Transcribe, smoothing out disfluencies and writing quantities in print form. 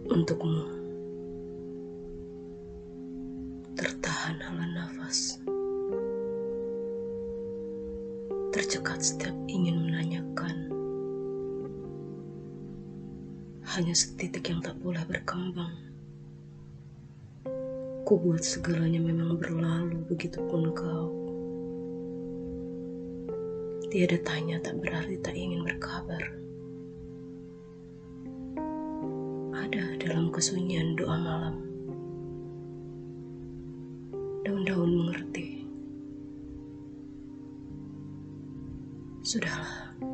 Untukmu, tertahan helaan nafas, tercekat setiap ingin menanyakan, hanya setitik yang tak boleh berkembang. Ku buat segalanya memang berlalu, begitupun kau. Tiada tanya tak berarti tak ingin berkabar. Ada dalam kesunyian doa malam. Daun-daun mengerti. Sudahlah,